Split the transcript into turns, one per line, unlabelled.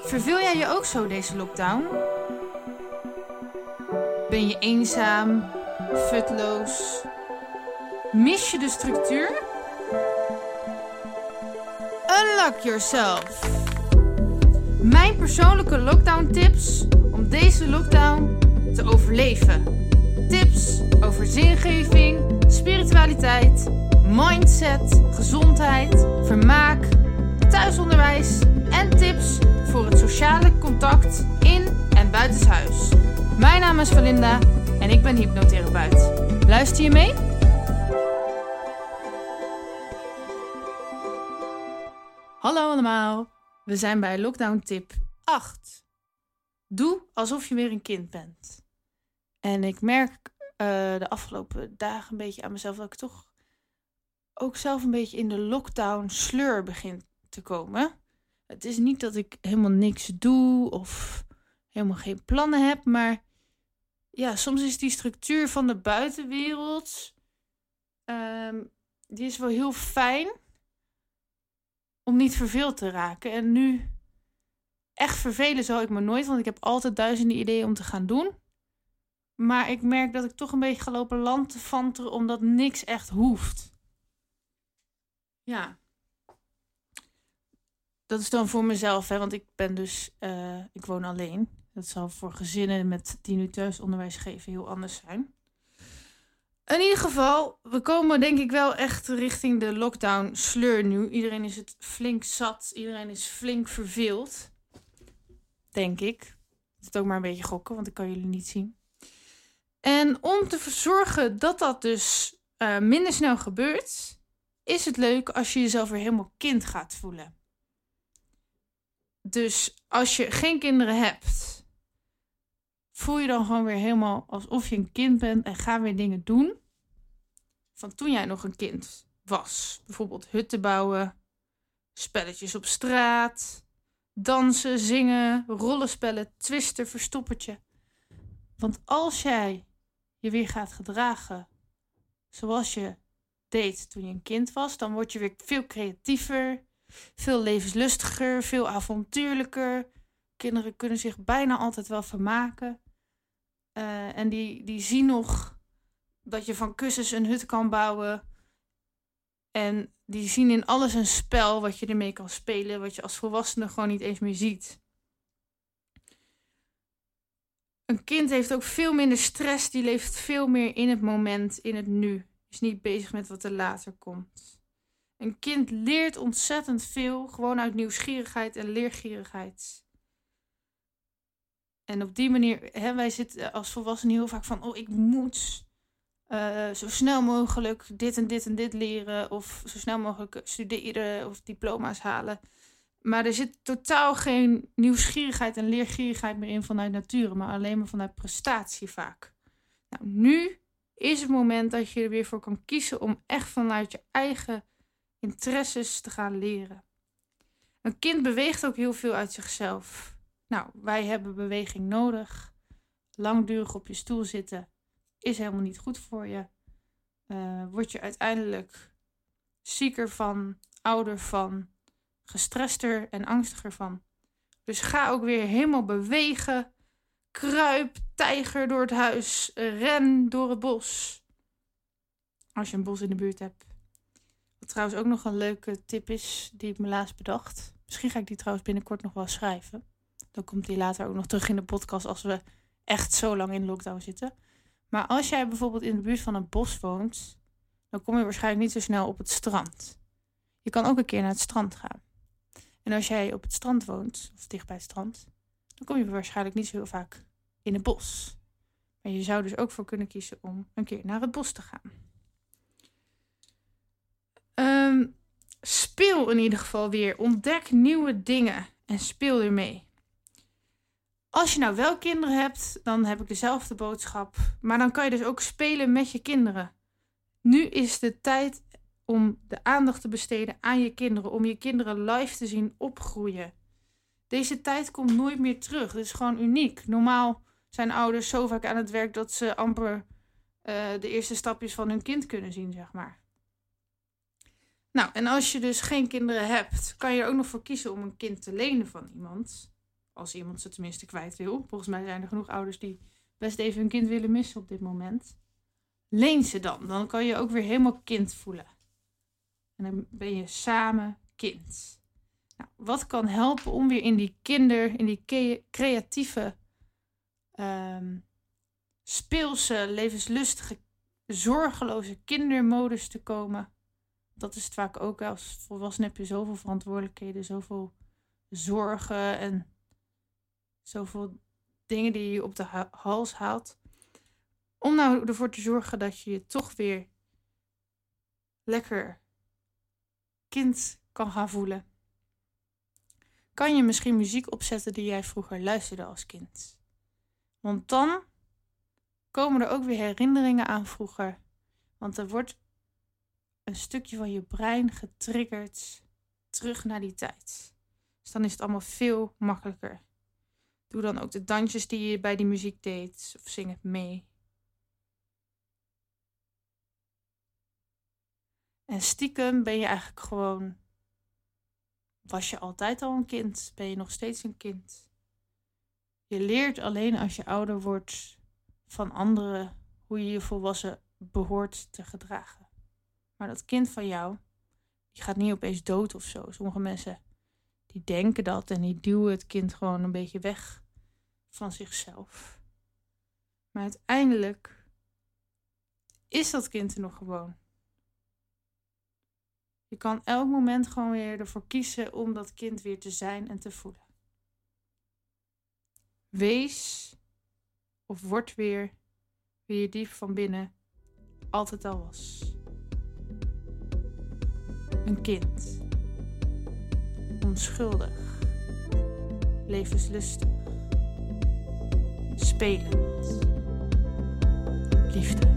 Verveel jij je ook zo deze lockdown? Ben je eenzaam, futloos? Mis je de structuur? Unlock yourself! Mijn persoonlijke lockdown tips om deze lockdown te overleven. Tips over zingeving, spiritualiteit, mindset, gezondheid, vermaak, thuisonderwijs en tips voor het sociale contact in en buitenshuis. Mijn naam is Valinda en ik ben hypnotherapeut. Luister je mee? Hallo allemaal, we zijn bij lockdown tip 8. Doe alsof je weer een kind bent. En ik merk de afgelopen dagen een beetje aan mezelf dat ik toch ook zelf een beetje in de lockdown sleur begin te komen. Het is niet dat ik helemaal niks doe of helemaal geen plannen heb, maar ja, soms is die structuur van de buitenwereld, die is wel heel fijn om niet verveeld te raken. En nu echt vervelen zal ik me nooit, want ik heb altijd duizenden ideeën om te gaan doen. Maar ik merk dat ik toch een beetje ga lopen lantefanteren omdat niks echt hoeft. Ja. Dat is dan voor mezelf, hè, want ik ben dus, ik woon alleen. Dat zal voor gezinnen die nu thuisonderwijs geven heel anders zijn. In ieder geval, we komen denk ik wel echt richting de lockdown sleur nu. Iedereen is het flink zat, iedereen is flink verveeld. Denk ik. Het is ook maar een beetje gokken, want ik kan jullie niet zien. En om te zorgen dat dat dus minder snel gebeurt, is het leuk als je jezelf weer helemaal kind gaat voelen. Dus als je geen kinderen hebt, voel je dan gewoon weer helemaal alsof je een kind bent en ga weer dingen doen van toen jij nog een kind was. Bijvoorbeeld hutten bouwen, spelletjes op straat, dansen, zingen, rollenspellen, twisten, verstoppertje. Want als jij je weer gaat gedragen zoals je deed toen je een kind was, dan word je weer veel creatiever, veel levenslustiger, veel avontuurlijker. Kinderen kunnen zich bijna altijd wel vermaken. En die zien nog dat je van kussens een hut kan bouwen. En die zien in alles een spel wat je ermee kan spelen, wat je als volwassene gewoon niet eens meer ziet. Een kind heeft ook veel minder stress, die leeft veel meer in het moment, in het nu. Is niet bezig met wat er later komt. Een kind leert ontzettend veel, gewoon uit nieuwsgierigheid en leergierigheid. En op die manier, wij zitten als volwassenen heel vaak van, ik moet zo snel mogelijk dit en dit en dit leren. Of zo snel mogelijk studeren of diploma's halen. Maar er zit totaal geen nieuwsgierigheid en leergierigheid meer in vanuit nature, maar alleen maar vanuit prestatie vaak. Nou, nu is het moment dat je er weer voor kan kiezen om echt vanuit je eigen interesses te gaan leren. Een kind beweegt ook heel veel uit zichzelf. Nou, wij hebben beweging nodig. Langdurig op je stoel zitten is helemaal niet goed voor je. Word je uiteindelijk zieker van, ouder van, gestrester en angstiger van. Dus ga ook weer helemaal bewegen. Kruip, tijger door het huis, ren door het bos. Als je een bos in de buurt hebt. Wat trouwens ook nog een leuke tip is, die ik me laatst bedacht. Misschien ga ik die trouwens binnenkort nog wel schrijven. Dan komt die later ook nog terug in de podcast als we echt zo lang in lockdown zitten. Maar als jij bijvoorbeeld in de buurt van een bos woont, dan kom je waarschijnlijk niet zo snel op het strand. Je kan ook een keer naar het strand gaan. En als jij op het strand woont, of dicht bij het strand, dan kom je waarschijnlijk niet zo heel vaak in het bos. Maar je zou dus ook voor kunnen kiezen om een keer naar het bos te gaan. Speel in ieder geval weer. Ontdek nieuwe dingen en speel ermee. Als je nou wel kinderen hebt, dan heb ik dezelfde boodschap. Maar dan kan je dus ook spelen met je kinderen. Nu is de tijd om de aandacht te besteden aan je kinderen. Om je kinderen live te zien opgroeien. Deze tijd komt nooit meer terug. Het is gewoon uniek. Normaal zijn ouders zo vaak aan het werk dat ze amper de eerste stapjes van hun kind kunnen zien, zeg maar. Nou, en als je dus geen kinderen hebt, kan je er ook nog voor kiezen om een kind te lenen van iemand. Als iemand ze tenminste kwijt wil. Volgens mij zijn er genoeg ouders die best even hun kind willen missen op dit moment. Leen ze dan. Dan kan je ook weer helemaal kind voelen. En dan ben je samen kind. Nou, wat kan helpen om weer in die creatieve, speelse, levenslustige, zorgeloze kindermodus te komen? Dat is het vaak ook. Als volwassene heb je zoveel verantwoordelijkheden, zoveel zorgen en zoveel dingen die je op de hals haalt. Om nou ervoor te zorgen dat je je toch weer lekker kind kan gaan voelen. Kan je misschien muziek opzetten die jij vroeger luisterde als kind. Want dan komen er ook weer herinneringen aan vroeger. Want er wordt een stukje van je brein getriggerd terug naar die tijd. Dus dan is het allemaal veel makkelijker. Doe dan ook de dansjes die je bij die muziek deed. Of zing het mee. En stiekem ben je eigenlijk gewoon... Was je altijd al een kind? Ben je nog steeds een kind? Je leert alleen als je ouder wordt van anderen hoe je je volwassen behoort te gedragen. Maar dat kind van jou, die gaat niet opeens dood of zo. Sommige mensen die denken dat en die duwen het kind gewoon een beetje weg van zichzelf. Maar uiteindelijk is dat kind er nog gewoon. Je kan elk moment gewoon weer ervoor kiezen om dat kind weer te zijn en te voelen. Wees of word weer wie je diep van binnen altijd al was. Een kind. Onschuldig. Levenslustig. Spelend. Liefde.